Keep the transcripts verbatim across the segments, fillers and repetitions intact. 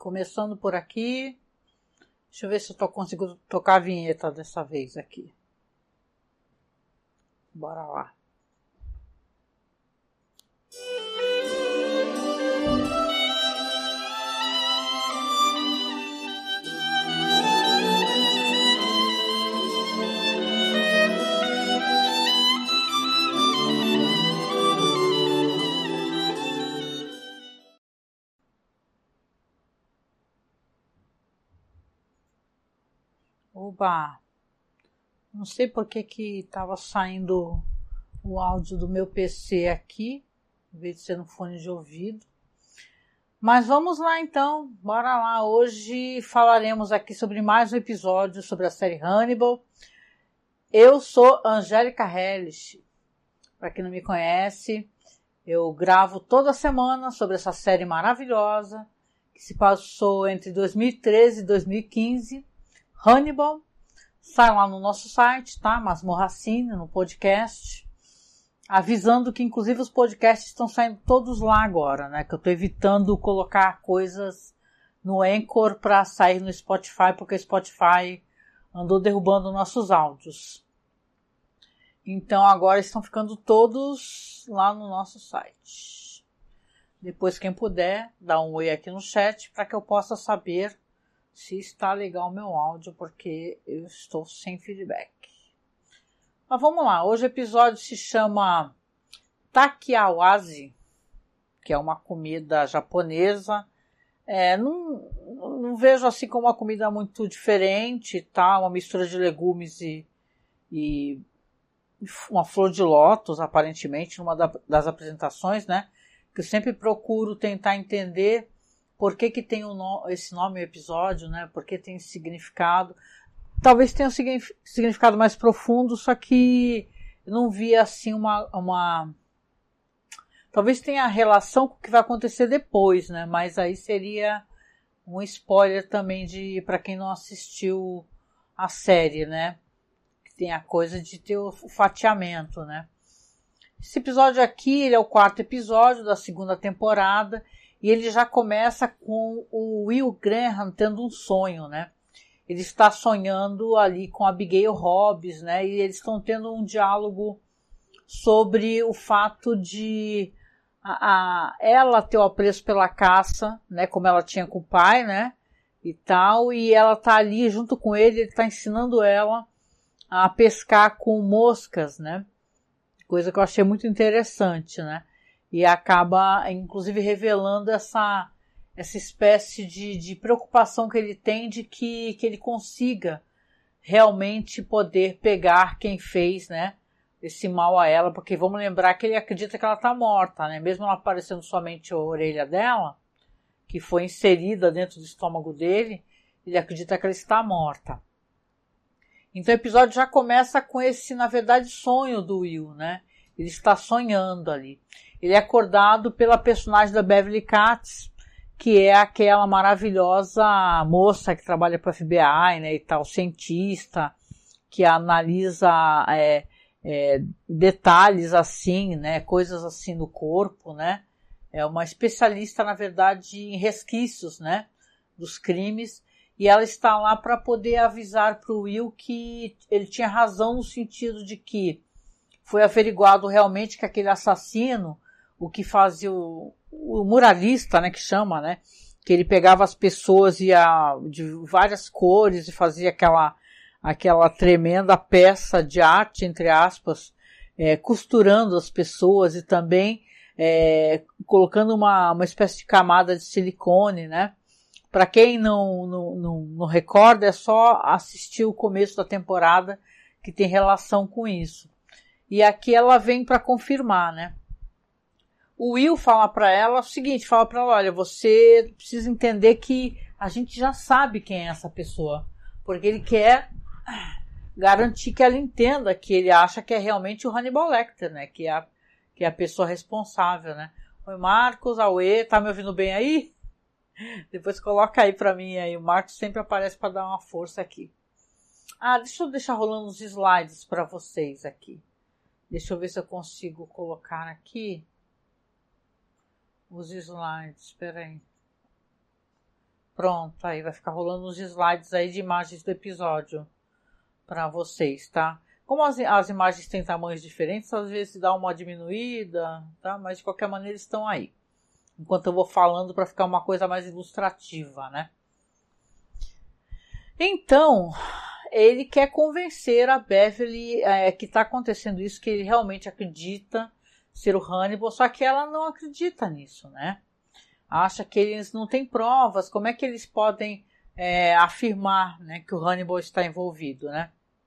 Começando por aqui. Deixa eu ver se eu tô conseguindo tocar a vinheta dessa vez aqui. Bora lá. Oba! Não sei por que que estava saindo o áudio do meu P C aqui, em vez de ser no fone de ouvido. Mas vamos lá então, bora lá. Hoje falaremos aqui sobre mais um episódio sobre a série Hannibal. Eu sou Angélica Hellish. Para quem não me conhece, eu gravo toda semana sobre essa série maravilhosa que se passou entre dois mil e treze e dois mil e quinze. Hannibal, sai lá no nosso site, tá? Masmorra Cine, no podcast, avisando que inclusive os podcasts estão saindo todos lá agora, né? Que eu tô evitando colocar coisas no Anchor para sair no Spotify, porque o Spotify andou derrubando nossos áudios. Então agora estão ficando todos lá no nosso site. Depois, quem puder, dá um oi aqui no chat para que eu possa saber se está legal o meu áudio, porque eu estou sem feedback. Mas vamos lá, hoje o episódio se chama Takiawazi, que é uma comida japonesa. É, não, não vejo assim como uma comida muito diferente, tá? Uma mistura de legumes e, e uma flor de lótus, aparentemente, numa das apresentações, né? Que eu sempre procuro tentar entender por que que tem o no, esse nome o episódio, né? Por que tem esse significado. Talvez tenha um significado mais profundo, só que eu não vi assim uma, uma... Talvez tenha relação com o que vai acontecer depois, né? Mas aí seria um spoiler também de para quem não assistiu a série, né? Que tem a coisa de ter o fatiamento, né? Esse episódio aqui, ele é o quarto episódio da segunda temporada. E ele já começa com o Will Graham tendo um sonho, né? Ele está sonhando ali com a Abigail Hobbs, né? E eles estão tendo um diálogo sobre o fato de a, a, ela ter o apreço pela caça, né? Como ela tinha com o pai, né? E tal. E ela tá ali junto com ele, ele tá ensinando ela a pescar com moscas, né? Coisa que eu achei muito interessante, né? E acaba, inclusive, revelando essa, essa espécie de, de preocupação que ele tem de que, que ele consiga realmente poder pegar quem fez, né, esse mal a ela, porque vamos lembrar que ele acredita que ela está morta, né, mesmo ela aparecendo somente a orelha dela, que foi inserida dentro do estômago dele, ele acredita que ela está morta. Então o episódio já começa com esse, na verdade, sonho do Will, né, ele está sonhando ali. Ele é acordado pela personagem da Beverly Katz, que é aquela maravilhosa moça que trabalha para o F B I, né, e tal, cientista, que analisa é, é, detalhes assim, né, coisas assim no corpo, né. É uma especialista, na verdade, em resquícios, né, dos crimes, e ela está lá para poder avisar para o Will que ele tinha razão no sentido de que foi averiguado realmente que aquele assassino, o que fazia o, o muralista, né, que chama, né, que ele pegava as pessoas e a, de várias cores e fazia aquela, aquela tremenda peça de arte, entre aspas, é, costurando as pessoas e também é, colocando uma, uma espécie de camada de silicone, né. Para quem não, não, não, não recorda, é só assistir o começo da temporada que tem relação com isso. E aqui ela vem para confirmar, né. O Will fala para ela o seguinte, fala para ela, olha, você precisa entender que a gente já sabe quem é essa pessoa, porque ele quer garantir que ela entenda que ele acha que é realmente o Hannibal Lecter, né, que é a, que é a pessoa responsável, né. Oi, Marcos, Aue, tá me ouvindo bem aí? Depois coloca aí para mim aí, o Marcos sempre aparece para dar uma força aqui. Ah, deixa eu deixar rolando os slides para vocês aqui. Deixa eu ver se eu consigo colocar aqui os slides, espera aí. Pronto, aí vai ficar rolando uns slides aí de imagens do episódio para vocês, tá? Como as, as imagens têm tamanhos diferentes, às vezes dá uma diminuída, tá? Mas de qualquer maneira estão aí. Enquanto eu vou falando para ficar uma coisa mais ilustrativa, né? Então, ele quer convencer a Beverly é, que está acontecendo isso, que ele realmente acredita ser o Hannibal, só que ela não acredita nisso, né? Acha que eles não têm provas, como é que eles podem é, afirmar, né, que o Hannibal está envolvido, né?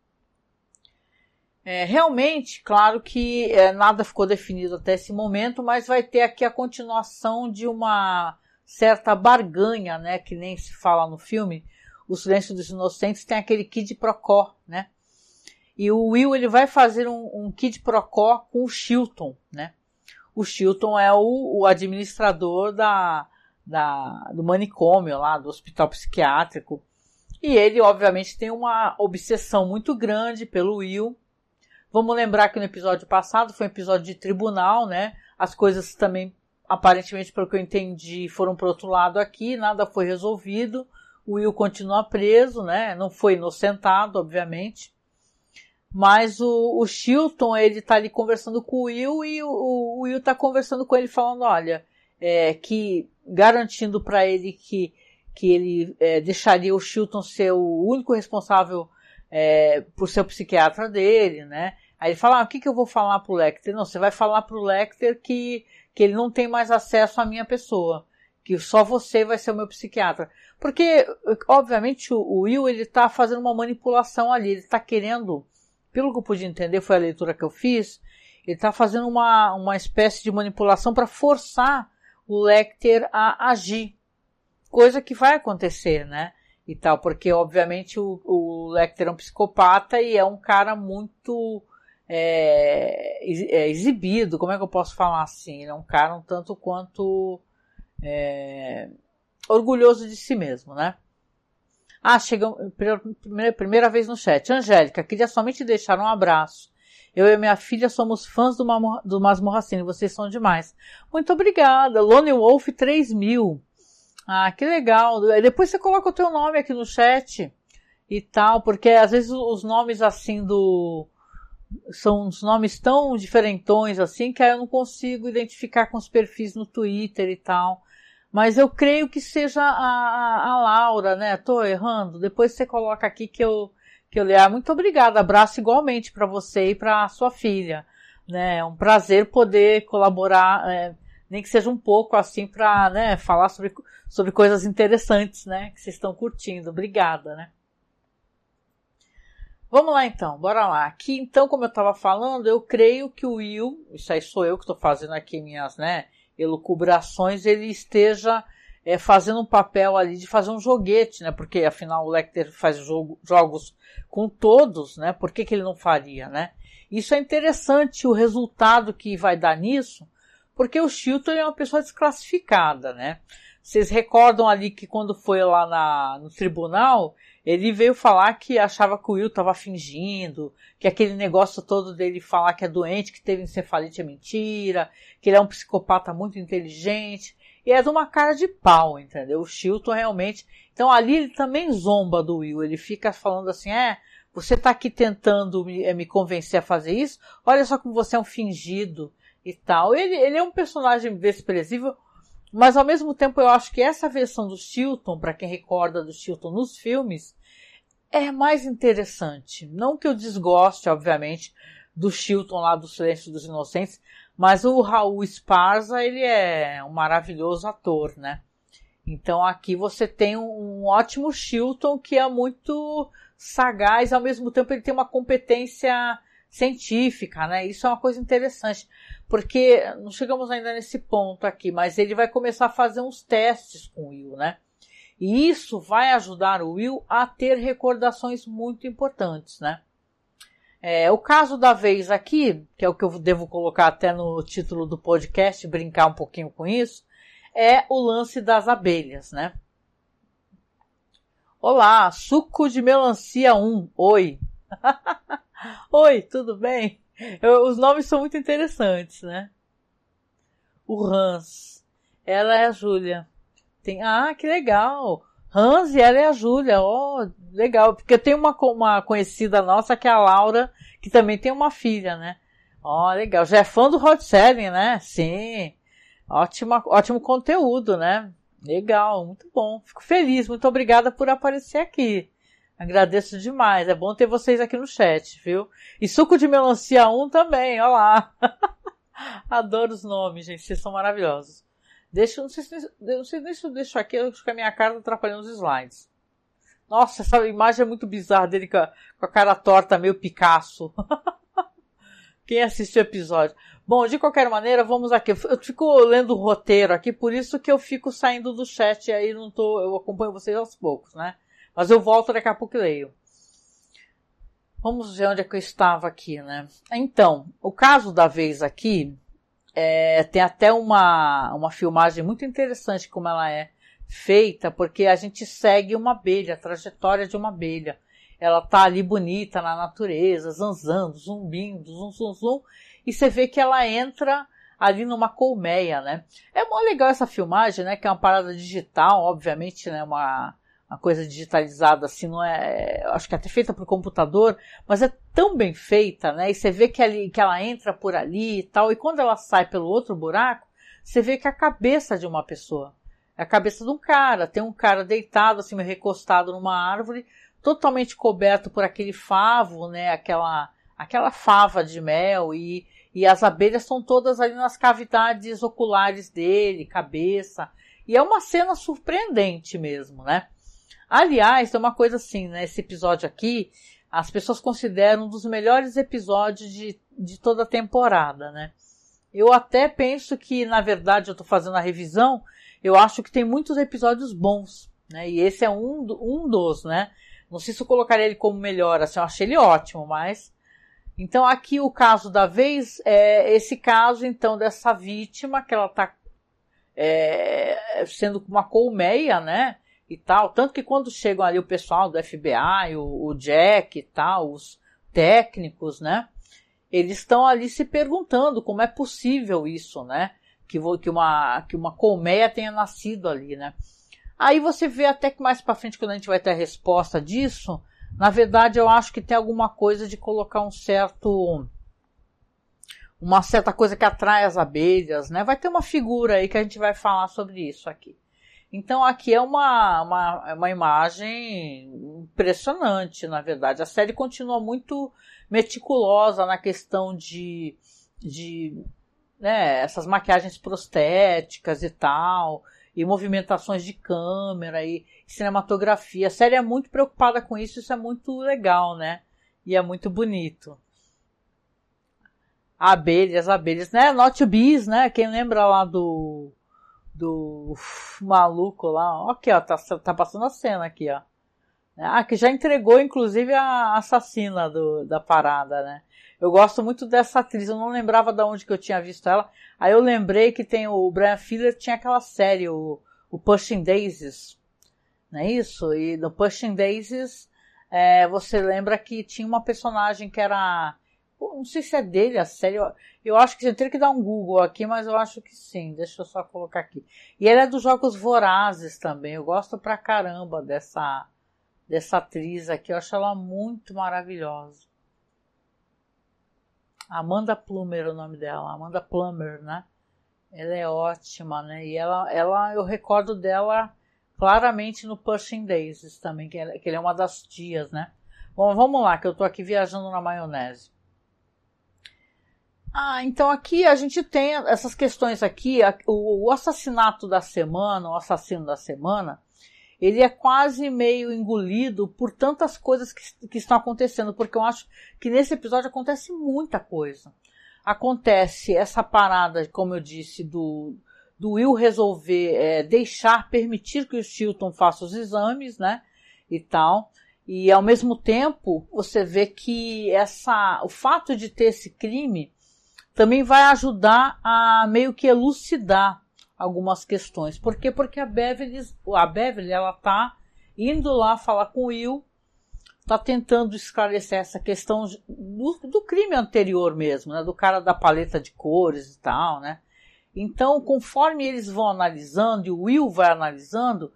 É, realmente, claro que é, nada ficou definido até esse momento, mas vai ter aqui a continuação de uma certa barganha, né, que nem se fala no filme. O Silêncio dos Inocentes tem aquele quid pro quo, né? E o Will, ele vai fazer um, um quid pro quo com o Chilton, né? O Chilton é o, o administrador da, da, do manicômio lá, do hospital psiquiátrico. E ele, obviamente, tem uma obsessão muito grande pelo Will. Vamos lembrar que no episódio passado foi um episódio de tribunal, né? As coisas também, aparentemente, pelo que eu entendi, foram para o outro lado aqui, nada foi resolvido. O Will continua preso, né? Não foi inocentado, obviamente. Mas o, o Chilton, ele tá ali conversando com o Will e o, o Will tá conversando com ele falando, olha, é, que garantindo para ele que, que ele é, deixaria o Chilton ser o único responsável é, por ser o psiquiatra dele, né? Aí ele fala, ah, o que que eu vou falar pro Lecter? Não, você vai falar pro Lecter que, que ele não tem mais acesso à minha pessoa, que só você vai ser o meu psiquiatra. Porque, obviamente, o, o Will, ele tá fazendo uma manipulação ali, ele tá querendo, pelo que eu pude entender, foi a leitura que eu fiz, ele tá fazendo uma, uma espécie de manipulação para forçar o Lecter a agir. Coisa que vai acontecer, né? E tal, porque, obviamente, o, o Lecter é um psicopata e é um cara muito é, é, exibido, como é que eu posso falar assim? Ele é um cara um tanto quanto é, orgulhoso de si mesmo, né? Ah, chegamos, primeira, primeira vez no chat. Angélica, queria somente deixar um abraço. Eu e minha filha somos fãs do, Mamor, do Masmorracine, vocês são demais. Muito obrigada. Lone Wolf três mil. Ah, que legal. Depois você coloca o teu nome aqui no chat e tal, porque às vezes os nomes assim do... são uns nomes tão diferentões assim que aí eu não consigo identificar com os perfis no Twitter e tal. Mas eu creio que seja a, a, a Laura, né? Tô errando? Depois você coloca aqui que eu, que eu leio. Ah, muito obrigada. Abraço igualmente para você e para sua filha. Né? É um prazer poder colaborar, é, nem que seja um pouco assim para, né, falar sobre, sobre coisas interessantes, né? Que vocês estão curtindo. Obrigada, né? Vamos lá então, bora lá. Aqui então, como eu estava falando, eu creio que o Will, isso aí sou eu que estou fazendo aqui minhas, né, elucubrações, ele esteja é, fazendo um papel ali de fazer um joguete, né, porque afinal o Lecter faz jogo, jogos com todos, né, por que que ele não faria, né? Isso é interessante, o resultado que vai dar nisso, porque o Chilton é uma pessoa desclassificada, né? Vocês recordam ali que quando foi lá na, no tribunal, ele veio falar que achava que o Will estava fingindo, que aquele negócio todo dele falar que é doente, que teve encefalite é mentira, que ele é um psicopata muito inteligente, e é de uma cara de pau, entendeu? O Chilton realmente... Então ali ele também zomba do Will, ele fica falando assim, é, você tá aqui tentando me, me convencer a fazer isso? Olha só como você é um fingido e tal. Ele, ele é um personagem desprezível, mas ao mesmo tempo eu acho que essa versão do Chilton, para quem recorda do Chilton nos filmes, é mais interessante. Não que eu desgoste, obviamente, do Chilton lá do Silêncio dos Inocentes, mas o Raul Esparza, ele é um maravilhoso ator, né? Então aqui você tem um, um ótimo Chilton que é muito sagaz, ao mesmo tempo ele tem uma competência científica, né? Isso é uma coisa interessante, porque não chegamos ainda nesse ponto aqui, mas ele vai começar a fazer uns testes com o Will, né? E isso vai ajudar o Will a ter recordações muito importantes, né? É, o caso da vez aqui, que é o que eu devo colocar até no título do podcast, brincar um pouquinho com isso, é o lance das abelhas, né? Olá, suco de melancia um, oi. Oi, tudo bem? Eu, os nomes são muito interessantes, né? O Hans. Ela é a Júlia. Tem, ah, que legal. Hans e ela é a Júlia. Oh, legal. Porque tem uma, uma conhecida nossa que é a Laura, que também tem uma filha, né? Ó, oh, legal. Já é fã do Hot Selling, né? Sim. Ótima, ótimo conteúdo, né? Legal, muito bom. Fico feliz. Muito obrigada por aparecer aqui. Agradeço demais. É bom ter vocês aqui no chat, viu? E suco de melancia um também, ó lá. Adoro os nomes, gente. Vocês são maravilhosos. Deixa, não sei se, não sei se eu deixo aqui, eu acho que a minha cara tá atrapalhando os slides. Nossa, essa imagem é muito bizarra dele com a, com a cara torta, meio Picasso. Quem assistiu o episódio? Bom, de qualquer maneira, vamos aqui. Eu fico lendo o roteiro aqui, por isso que eu fico saindo do chat e aí não tô, eu acompanho vocês aos poucos, né? Mas eu volto daqui a pouco e leio. Vamos ver onde é que eu estava aqui, né? Então, o caso da vez aqui, é, tem até uma, uma filmagem muito interessante como ela é feita, porque a gente segue uma abelha, a trajetória de uma abelha. Ela tá ali bonita na natureza, zanzando, zumbindo, zum, zum, zum, e você vê que ela entra ali numa colmeia, né? É muito legal essa filmagem, né? Que é uma parada digital, obviamente, né? Uma, uma coisa digitalizada, assim, não é... Acho que é até feita por computador, mas é tão bem feita, né? E você vê que, ali, que ela entra por ali e tal, e quando ela sai pelo outro buraco, você vê que é a cabeça de uma pessoa. É a cabeça de um cara. Tem um cara deitado, assim, meio recostado numa árvore, totalmente coberto por aquele favo, né? Aquela, aquela fava de mel, e, e as abelhas estão todas ali nas cavidades oculares dele, cabeça. E é uma cena surpreendente mesmo, né? Aliás, tem uma coisa assim, né? Esse episódio aqui, as pessoas consideram um dos melhores episódios de, de toda a temporada, né? Eu até penso que, na verdade, eu tô fazendo a revisão, eu acho que tem muitos episódios bons, né? E esse é um, um dos, né? Não sei se eu colocaria ele como melhor, assim, eu achei ele ótimo, mas... Então, aqui o caso da vez é esse caso, então, dessa vítima, que ela tá é, sendo uma colmeia, né? E tal. Tanto que quando chegam ali o pessoal do F B I, o, o Jack e tal, os técnicos, né? Eles estão ali se perguntando como é possível isso, né? Que, que, uma, que uma colmeia tenha nascido ali, né? Aí você vê até que mais pra frente, quando a gente vai ter a resposta disso, na verdade eu acho que tem alguma coisa de colocar um certo, uma certa coisa que atrai as abelhas, né? Vai ter uma figura aí que a gente vai falar sobre isso aqui. Então aqui é uma, uma, uma imagem impressionante, na verdade. A série continua muito meticulosa na questão de, de né, essas maquiagens prostéticas e tal, e movimentações de câmera e cinematografia. A série é muito preocupada com isso, isso é muito legal, né? E é muito bonito. Abelhas, abelhas, né? Not Bees, né? Quem lembra lá do do maluco lá, ó, aqui ó, tá, tá passando a cena aqui, ó. Ah, que já entregou inclusive a assassina do, da parada, né? Eu gosto muito dessa atriz, eu não lembrava de onde que eu tinha visto ela. Aí eu lembrei que tem o Brian Fuller, tinha aquela série, o, o Pushing Daisies, não é isso? E no Pushing Daisies, é, você lembra que tinha uma personagem que era, não sei se é dele a série, eu, eu acho que você teria que dar um Google aqui, mas eu acho que sim, deixa eu só colocar aqui. E ela é dos Jogos Vorazes também, eu gosto pra caramba dessa, dessa atriz aqui, eu acho ela muito maravilhosa. Amanda Plummer é o nome dela, Amanda Plummer, né? Ela é ótima, né? E ela, ela eu recordo dela claramente no Pushing Daisies também, que, ela, que ele é uma das tias, né? Bom, vamos lá, que eu tô aqui viajando na maionese. Ah, então aqui a gente tem essas questões aqui, o, o assassinato da semana, o assassino da semana, ele é quase meio engolido por tantas coisas que, que estão acontecendo, porque eu acho que nesse episódio acontece muita coisa. Acontece essa parada, como eu disse, do, do Will resolver é, deixar, permitir que o Chilton faça os exames, né, e tal, e ao mesmo tempo você vê que essa, o fato de ter esse crime também vai ajudar a meio que elucidar algumas questões. Por quê? Porque a Beverly, a Beverly, ela tá indo lá falar com o Will, tá tentando esclarecer essa questão do, do crime anterior mesmo, né? Do cara da paleta de cores e tal, né? Então, conforme eles vão analisando, e o Will vai analisando,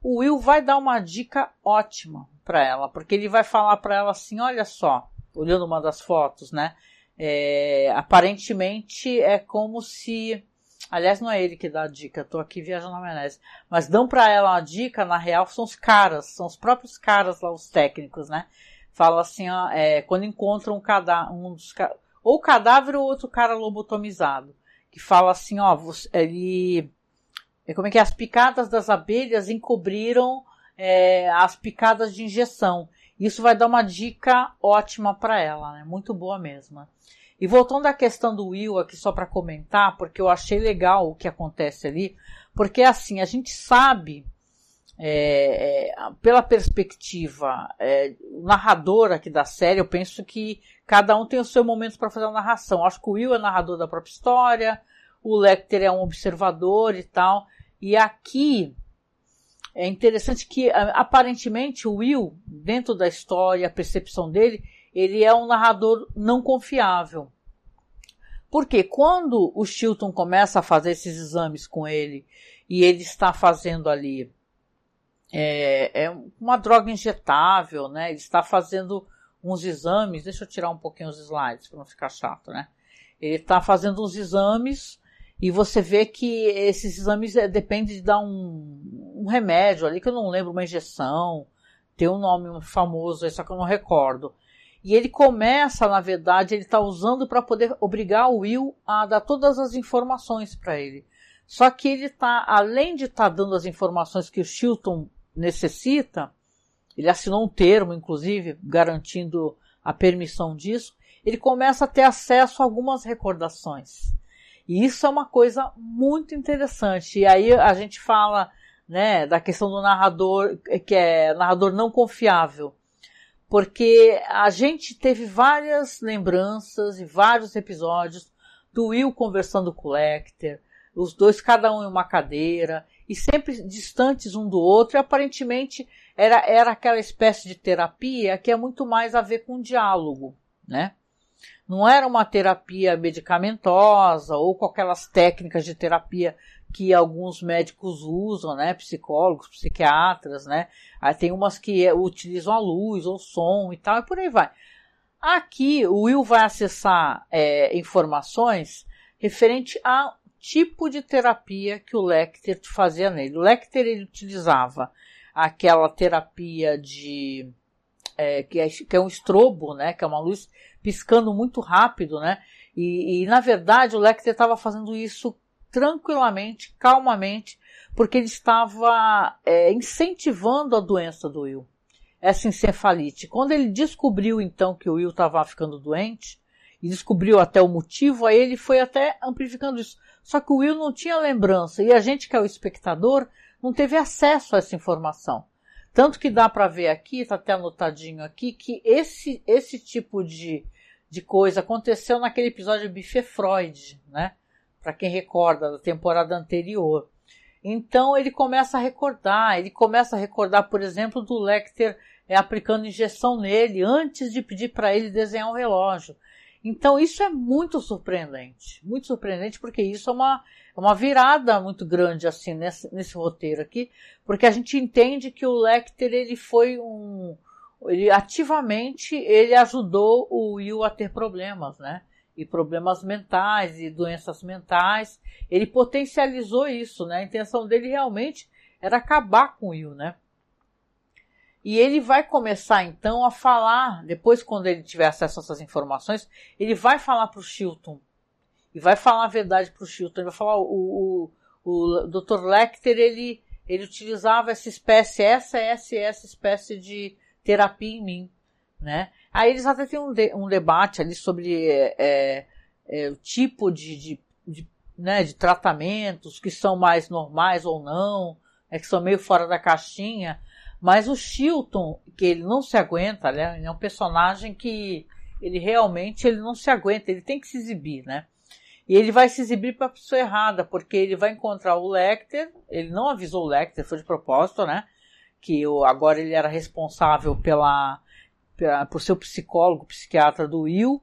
o Will vai dar uma dica ótima para ela, porque ele vai falar para ela assim, olha só, olhando uma das fotos, né? É, aparentemente é como se, aliás não é ele que dá a dica, eu tô aqui viajando na maionese, mas dão para ela uma dica, na real são os caras, são os próprios caras lá, os técnicos, né? Fala assim, ó, é, quando encontram um cadáver, um dos, ou cadáver ou outro cara lobotomizado, que fala assim, ó, ele, como é que é? As picadas das abelhas encobriram é, as picadas de injeção. Isso vai dar uma dica ótima para ela, né? Muito boa mesmo. E voltando à questão do Will aqui só para comentar, porque eu achei legal o que acontece ali, porque assim, a gente sabe, é, é, pela perspectiva, é, o narrador aqui da série, eu penso que cada um tem o seu momento para fazer a narração. Acho que o Will é narrador da própria história, o Lecter é um observador e tal, e aqui é interessante que, aparentemente, o Will, dentro da história, a percepção dele, ele é um narrador não confiável. Porque quando o Chilton começa a fazer esses exames com ele, e ele está fazendo ali é, é uma droga injetável, né? Ele está fazendo uns exames, deixa eu tirar um pouquinho os slides para não ficar chato, né? Ele está fazendo uns exames e você vê que esses exames é, depende de dar um, um remédio ali, que eu não lembro, uma injeção, tem um nome famoso, só que eu não recordo. E ele começa, na verdade, ele está usando para poder obrigar o Will a dar todas as informações para ele. Só que ele está, além de estar tá dando as informações que o Chilton necessita, ele assinou um termo, inclusive, garantindo a permissão disso, ele começa a ter acesso a algumas recordações. E isso é uma coisa muito interessante. E aí a gente fala, né, da questão do narrador, que é narrador não confiável. Porque a gente teve várias lembranças e vários episódios do Will conversando com o Lecter, os dois cada um em uma cadeira, e sempre distantes um do outro, e aparentemente era, era aquela espécie de terapia que é muito mais a ver com diálogo, né? Não era uma terapia medicamentosa ou com aquelas técnicas de terapia que alguns médicos usam, né? Psicólogos, psiquiatras, né? Aí tem umas que utilizam a luz ou som e tal, e por aí vai. Aqui o Will vai acessar é, informações referente a tipo de terapia que o Lecter fazia nele. O Lecter ele utilizava aquela terapia de é, que, é, que é um estrobo, né? Que é uma luz piscando muito rápido, né? E, e na verdade o Lecter estava fazendo isso tranquilamente, calmamente, porque ele estava é, incentivando a doença do Will, essa encefalite. Quando ele descobriu então que o Will estava ficando doente, e descobriu até o motivo, aí ele foi até amplificando isso. Só que o Will não tinha lembrança, e a gente que é o espectador não teve acesso a essa informação. Tanto que dá para ver aqui, está até anotadinho aqui, que esse, esse tipo de, de coisa aconteceu naquele episódio Buffet Freud, né? Para quem recorda da temporada anterior. Então ele começa a recordar, ele começa a recordar, por exemplo, do Lecter é, aplicando injeção nele antes de pedir para ele desenhar um relógio. Então isso é muito surpreendente, muito surpreendente, porque isso é uma, uma virada muito grande assim nesse, nesse roteiro aqui, porque a gente entende que o Lecter ele foi um, ele ativamente ele ajudou o Will a ter problemas, né? E problemas mentais e doenças mentais, ele potencializou isso, né? A intenção dele realmente era acabar com o Will, né? E ele vai começar então a falar, depois quando ele tiver acesso a essas informações, ele vai falar para o Chilton, e vai falar a verdade para o Chilton, ele vai falar, o, o, o doutor Lecter, ele, ele utilizava essa espécie, essa, essa, essa espécie de terapia em mim, né? Aí eles até têm um, de, um debate ali sobre é, é, o tipo de, de, de, né, de tratamentos que são mais normais ou não, é, que são meio fora da caixinha, mas o Chilton, que ele não se aguenta, né, ele é um personagem que ele realmente ele não se aguenta, ele tem que se exibir, né? E ele vai se exibir para a pessoa errada, porque ele vai encontrar o Lecter, ele não avisou o Lecter, foi de propósito, né? Que o, agora ele era responsável pela, pela, por ser o psicólogo, psiquiatra do Will,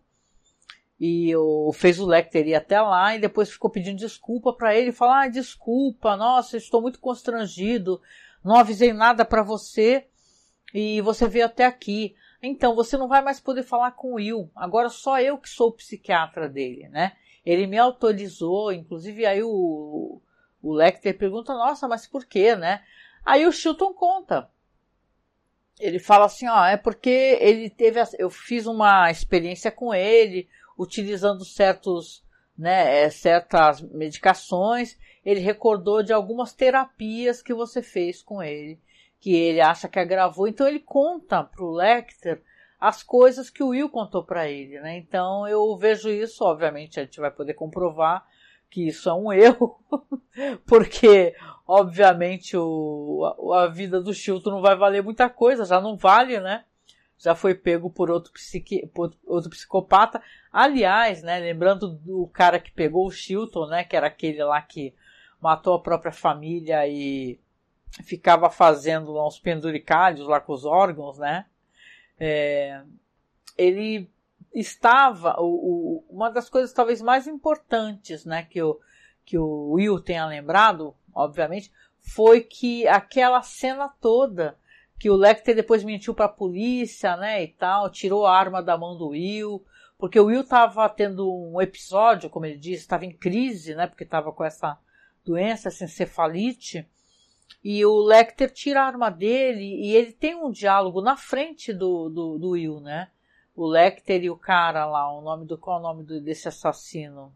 e o, fez o Lecter ir até lá, e depois ficou pedindo desculpa para ele, falar, ah, desculpa, nossa, estou muito constrangido, não avisei nada para você e você veio até aqui. Então, você não vai mais poder falar com o Will. Agora só eu que sou o psiquiatra dele, né? Ele me autorizou, inclusive aí o, o Lecter pergunta, nossa, mas por quê, né? Aí o Chilton conta. Ele fala assim, ó, é porque ele teve, eu fiz uma experiência com ele, utilizando certos, né, certas medicações, ele recordou de algumas terapias que você fez com ele, que ele acha que agravou, então ele conta pro Lecter as coisas que o Will contou para ele, né? Então eu vejo isso, obviamente a gente vai poder comprovar que isso é um erro, porque obviamente o, a vida do Chilton não vai valer muita coisa, já não vale, né? Já foi pego por outro, psiqui, por outro psicopata. Aliás, né, lembrando do cara que pegou o Chilton, né, que era aquele lá que matou a própria família e ficava fazendo lá uns penduricalhos lá com os órgãos, né? É, ele estava, o, o, uma das coisas talvez mais importantes, né, que o, que o Will tenha lembrado, obviamente, foi que aquela cena toda, que o Lecter depois mentiu para a polícia, né, e tal, tirou a arma da mão do Will, porque o Will estava tendo um episódio, como ele disse, estava em crise, né, porque estava com essa doença, essa encefalite, e o Lecter tira a arma dele e ele tem um diálogo na frente do, do, do Will, né? O Lecter e o cara lá, o nome do, qual é o nome do, desse assassino?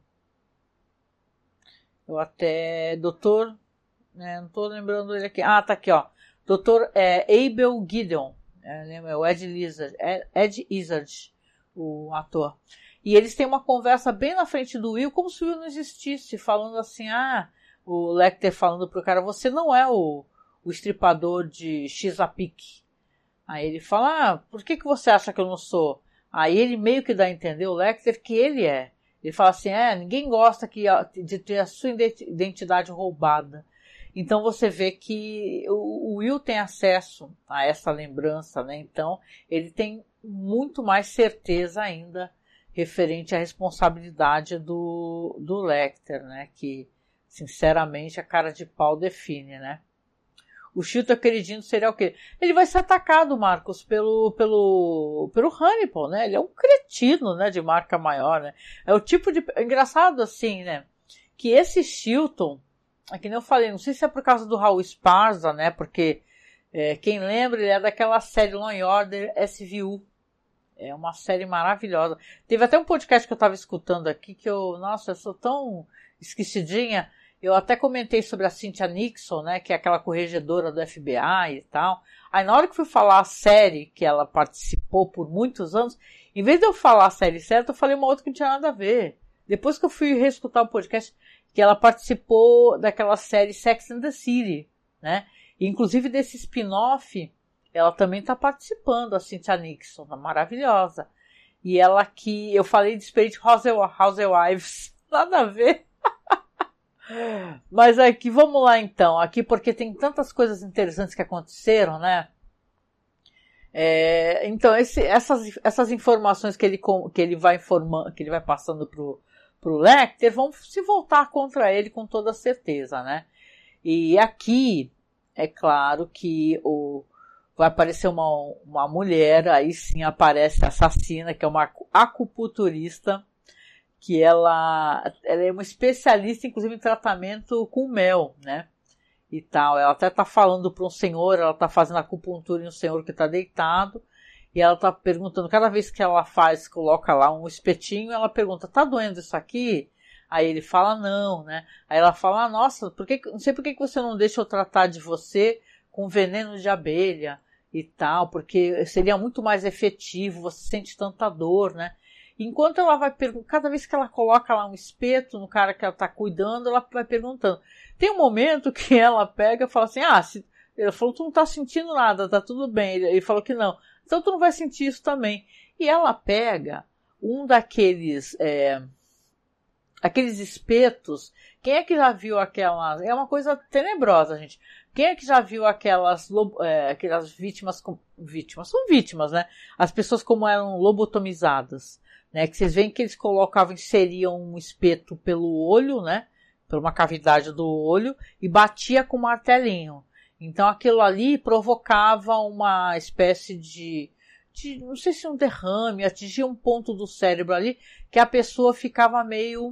Eu até, doutor, né, não tô lembrando ele aqui. Ah, tá aqui, ó. doutor é, Abel Gideon, é, o Ed Izzard, Ed Izzard, o ator. E eles têm uma conversa bem na frente do Will, como se o Will não existisse, falando assim, ah, o Lecter falando pro cara, você não é o, o estripador de Chesapeake. Aí ele fala, ah, por que, que você acha que eu não sou? Aí ele meio que dá a entender, o Lecter, que ele é. Ele fala assim, é, ninguém gosta que, de ter a sua identidade roubada. Então você vê que o, o Will tem acesso a essa lembrança, né? Então ele tem muito mais certeza ainda referente à responsabilidade do, do Lecter, né? Que, sinceramente, a cara de pau define, né? O Chilton queridinho seria o quê? Ele vai ser atacado, Marcos, pelo, pelo, pelo Hannibal, né? Ele é um cretino, né? De marca maior, né? É o tipo de... É engraçado, assim, né? Que esse Chilton, é que nem eu falei, não sei se é por causa do Raul Esparza, né? Porque, é, quem lembra, ele é daquela série Law and Order S V U. É uma série maravilhosa. Teve até um podcast que eu tava escutando aqui que eu... Nossa, eu sou tão esquecidinha... Eu até comentei sobre a Cynthia Nixon, né, que é aquela corregedora do F B I e tal. Aí na hora que fui falar a série que ela participou por muitos anos, em vez de eu falar a série certa, eu falei uma outra que não tinha nada a ver. Depois que eu fui reescutar o podcast, que ela participou daquela série Sex and the City, né? E, inclusive desse spin-off, ela também está participando, a Cynthia Nixon, tá maravilhosa. E ela que, eu falei de Spirit Housewives, nada a ver. Mas aqui, vamos lá então, aqui porque tem tantas coisas interessantes que aconteceram, né? É, então, esse, essas, essas informações que ele, que ele vai informando, que ele vai passando pro, pro Lecter, vão se voltar contra ele com toda certeza, né? E aqui, é claro que o, vai aparecer uma, uma mulher, aí sim aparece a assassina, que é uma acupunturista, que ela, ela é uma especialista, inclusive, em tratamento com mel, né, e tal. Ela até tá falando para um senhor, ela tá fazendo acupuntura em um senhor que tá deitado, e ela tá perguntando, cada vez que ela faz, coloca lá um espetinho, ela pergunta, tá doendo isso aqui? Aí ele fala, não, né, aí ela fala, ah, nossa, por que, não sei por que você não deixa eu tratar de você com veneno de abelha e tal, porque seria muito mais efetivo, você sente tanta dor, né. Enquanto ela vai perguntando, cada vez que ela coloca lá um espeto no cara que ela tá cuidando, ela vai perguntando. Tem um momento que ela pega e fala assim, ah, se, ela falou, tu não tá sentindo nada, tá tudo bem. Ele, ele falou que não. Então tu não vai sentir isso também. E ela pega um daqueles, é, aqueles espetos. Quem é que já viu aquelas, é uma coisa tenebrosa, gente. Quem é que já viu aquelas, é, aquelas vítimas, vítimas, são vítimas, né? As pessoas como eram lobotomizadas. Né, que vocês veem que eles colocavam, inseriam um espeto pelo olho, né, por uma cavidade do olho, e batia com um martelinho. Então aquilo ali provocava uma espécie de, de, não sei se um derrame, atingia um ponto do cérebro ali, que a pessoa ficava meio,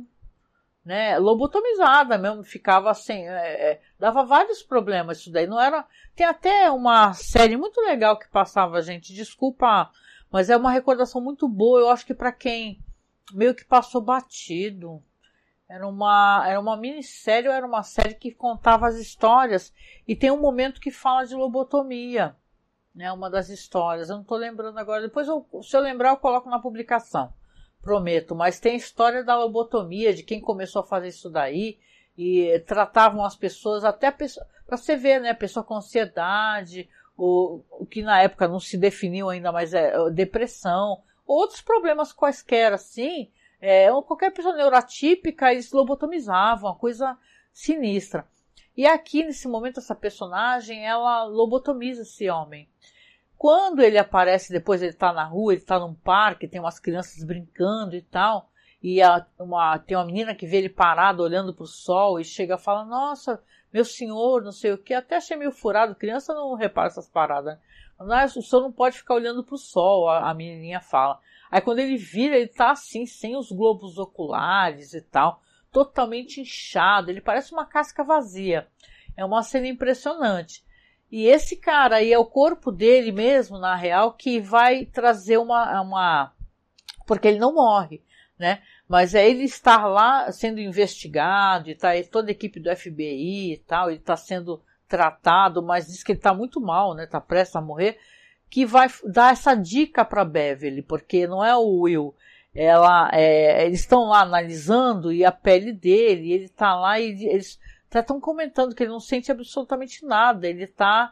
né, lobotomizada mesmo, ficava assim, é, é, dava vários problemas isso daí, não era, tem até uma série muito legal que passava, gente, desculpa, mas é uma recordação muito boa, eu acho que para quem meio que passou batido, era uma, era uma minissérie, era uma série que contava as histórias, e tem um momento que fala de lobotomia, né, uma das histórias, eu não tô lembrando agora, depois eu, se eu lembrar eu coloco na publicação, prometo, mas tem a história da lobotomia, de quem começou a fazer isso daí, e tratavam as pessoas, até para você ver, né, pessoa com ansiedade, o, o que na época não se definiu ainda, mas é depressão, outros problemas quaisquer, assim, é, qualquer pessoa neurotípica, eles lobotomizavam, uma coisa sinistra. E aqui, nesse momento, essa personagem, ela lobotomiza esse homem. Quando ele aparece, depois ele tá na rua, ele tá num parque, tem umas crianças brincando e tal, e a, uma, tem uma menina que vê ele parado olhando pro sol e chega e fala, nossa, meu senhor, não sei o que, até achei meio furado, criança não repara essas paradas, né? Mas, o senhor não pode ficar olhando pro sol, a, a menininha fala. Aí quando ele vira, ele tá assim, sem os globos oculares e tal, totalmente inchado, ele parece uma casca vazia. É uma cena impressionante. E esse cara aí é o corpo dele mesmo, na real, que vai trazer uma, uma... porque ele não morre, né? Mas é ele estar lá sendo investigado, e tá toda a equipe do F B I e tal, ele está sendo tratado, mas diz que ele está muito mal, né? Está prestes a morrer, que vai dar essa dica para Beverly, porque não é o Will, ela, é, eles estão lá analisando e a pele dele, ele está lá e eles estão comentando que ele não sente absolutamente nada, ele está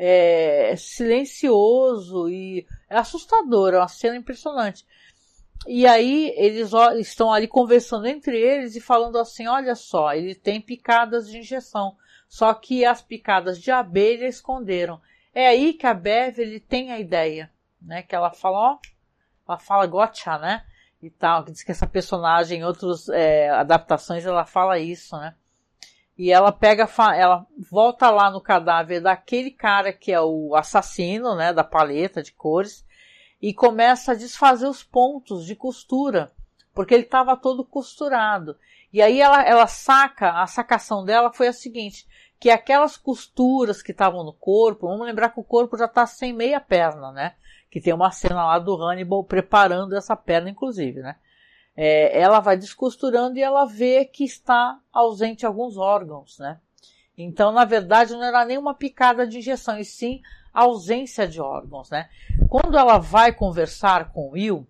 é, silencioso e é assustador, é uma cena impressionante. E aí eles ó, estão ali conversando entre eles e falando assim, olha só, ele tem picadas de injeção, só que as picadas de abelha esconderam. É aí que a Beverly tem a ideia, né, que ela fala, ó, ela fala gotcha, né, e tal, que diz que essa personagem em outras é, adaptações ela fala isso, né. E ela pega, ela volta lá no cadáver daquele cara que é o assassino, né, da paleta de cores, e começa a desfazer os pontos de costura, porque ele estava todo costurado. E aí ela, ela saca, a sacação dela foi a seguinte, que aquelas costuras que estavam no corpo, vamos lembrar que o corpo já está sem meia perna, né, que tem uma cena lá do Hannibal preparando essa perna, inclusive, né. É, ela vai descosturando e ela vê que está ausente alguns órgãos, né? Então, na verdade, não era nenhuma picada de injeção, e sim ausência de órgãos, né? Quando ela vai conversar com o Will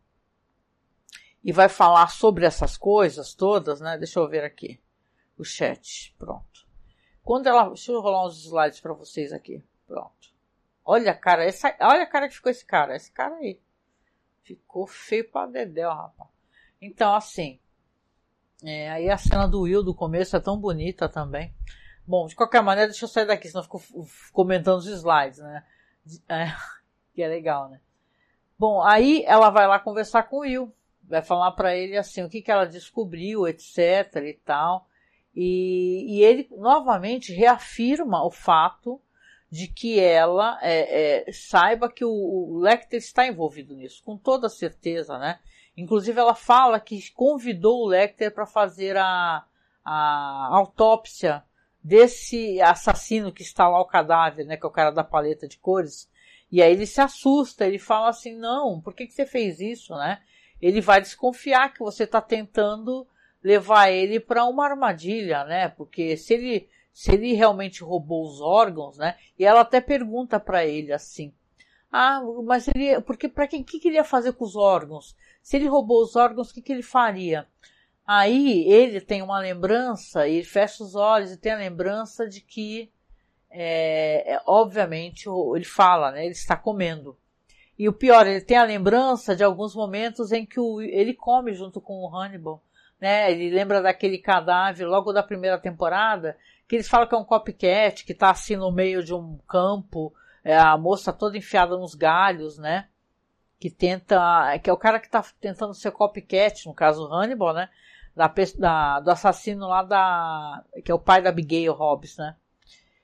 e vai falar sobre essas coisas todas, né? Deixa eu ver aqui o chat, pronto. Quando ela, deixa eu rolar uns slides para vocês aqui, pronto. Olha a cara, essa, olha a cara que ficou esse cara, esse cara aí. Ficou feio pra dedéu, rapaz. Então, assim, é, aí a cena do Will do começo é tão bonita também. Bom, de qualquer maneira, deixa eu sair daqui, senão eu fico comentando os slides, né? É, que é legal, né? Bom, aí ela vai lá conversar com o Will, vai falar pra ele, assim, o que que ela descobriu, etc e tal. E, e ele, novamente, reafirma o fato de que ela é, é, saiba que o, o Lecter está envolvido nisso, com toda certeza, né? Inclusive ela fala que convidou o Lecter para fazer a, a autópsia desse assassino que está lá o cadáver, né, que é o cara da paleta de cores. E aí ele se assusta, ele fala assim, não, por que que você fez isso, né? Ele vai desconfiar que você está tentando levar ele para uma armadilha, né? Porque se ele, se ele realmente roubou os órgãos, né? E ela até pergunta para ele assim, ah, mas ele, porque para quem, que que ele ia fazer com os órgãos? Se ele roubou os órgãos, o que que ele faria? Aí ele tem uma lembrança, ele fecha os olhos e tem a lembrança de que, é, é, obviamente, ele fala, né? Ele está comendo. E o pior, ele tem a lembrança de alguns momentos em que o, ele come junto com o Hannibal, né? Ele lembra daquele cadáver logo da primeira temporada, que eles falam que é um copycat, que está assim no meio de um campo, é, a moça toda enfiada nos galhos, né? Que tenta, que é o cara que tá tentando ser copycat, no caso Hannibal, né? Da, da, do assassino lá da, que é o pai da Abigail Hobbs, né?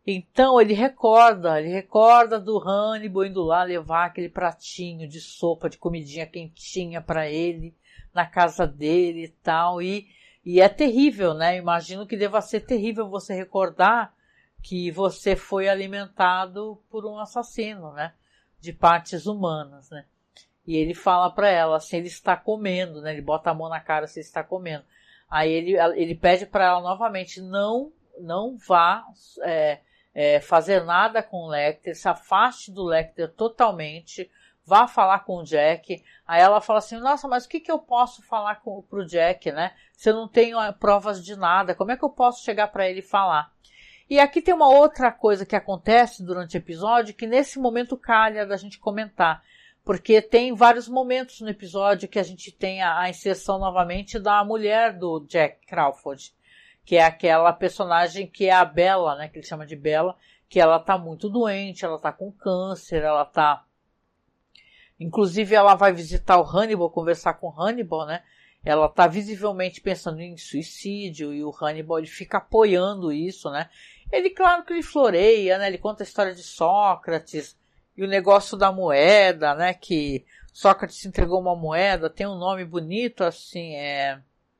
Então ele recorda, ele recorda do Hannibal indo lá levar aquele pratinho de sopa, de comidinha quentinha para ele, na casa dele e tal, e, e é terrível, né? Imagino que deva ser terrível você recordar que você foi alimentado por um assassino, né? De partes humanas, né? E ele fala para ela, assim, ele está comendo, né? Ele bota a mão na cara se ele está comendo. Aí ele, ele pede para ela novamente, não, não vá é, é, fazer nada com o Lecter, se afaste do Lecter totalmente, vá falar com o Jack. Aí ela fala assim, nossa, mas o que, que eu posso falar com, pro Jack, né? Se eu não tenho provas de nada, como é que eu posso chegar para ele e falar? E aqui tem uma outra coisa que acontece durante o episódio, que nesse momento calha da gente comentar. Porque tem vários momentos no episódio que a gente tem a, a inserção novamente da mulher do Jack Crawford, que é aquela personagem que é a Bella, né, que ele chama de Bella, que ela tá muito doente, ela tá com câncer, ela tá... Inclusive ela vai visitar o Hannibal, conversar com o Hannibal, né, ela tá visivelmente pensando em suicídio e o Hannibal ele fica apoiando isso, né. Ele, claro que ele floreia, né, ele conta a história de Sócrates, e o negócio da moeda, né, que Sócrates entregou uma moeda, tem um nome bonito, assim, é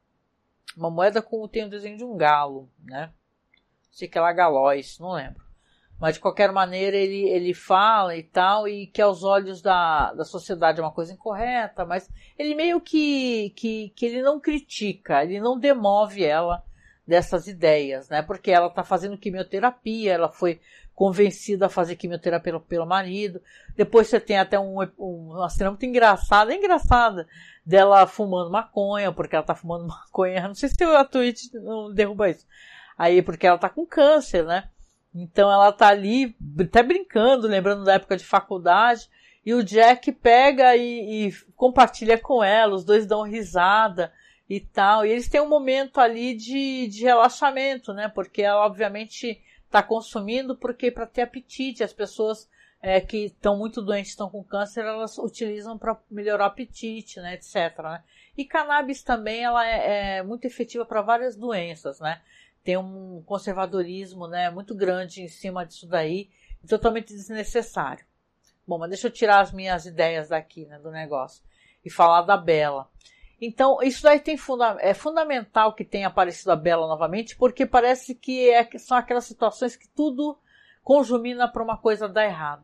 uma moeda com tem o desenho de um galo, né, sei que é lá galóis, não lembro. Mas de qualquer maneira ele, ele fala e tal, e que aos olhos da, da sociedade é uma coisa incorreta, mas ele meio que, que, que ele não critica, ele não demove ela dessas ideias, né, porque ela tá fazendo quimioterapia, ela foi convencida a fazer quimioterapia pelo, pelo marido. Depois você tem até um, um, uma cena muito engraçada, é engraçada, dela fumando maconha, porque ela tá fumando maconha. Não sei se a Twitch não derruba isso. Aí, porque ela tá com câncer, né? Então ela tá ali, até brincando, lembrando da época de faculdade, e o Jack pega e, e compartilha com ela, os dois dão risada e tal. E eles têm um momento ali de, de relaxamento, né? Porque ela, obviamente, está consumindo porque para ter apetite, as pessoas é, que estão muito doentes, estão com câncer, elas utilizam para melhorar o apetite, né, etc, né? E cannabis também, ela é, é muito efetiva para várias doenças, né? Tem um conservadorismo, né, muito grande em cima disso daí, totalmente desnecessário. Bom, mas deixa eu tirar as minhas ideias daqui, né, do negócio e falar da Bella. Então, isso daí tem funda- é fundamental que tenha aparecido a Bella novamente, porque parece que é, são aquelas situações que tudo conjumina para uma coisa dar errado.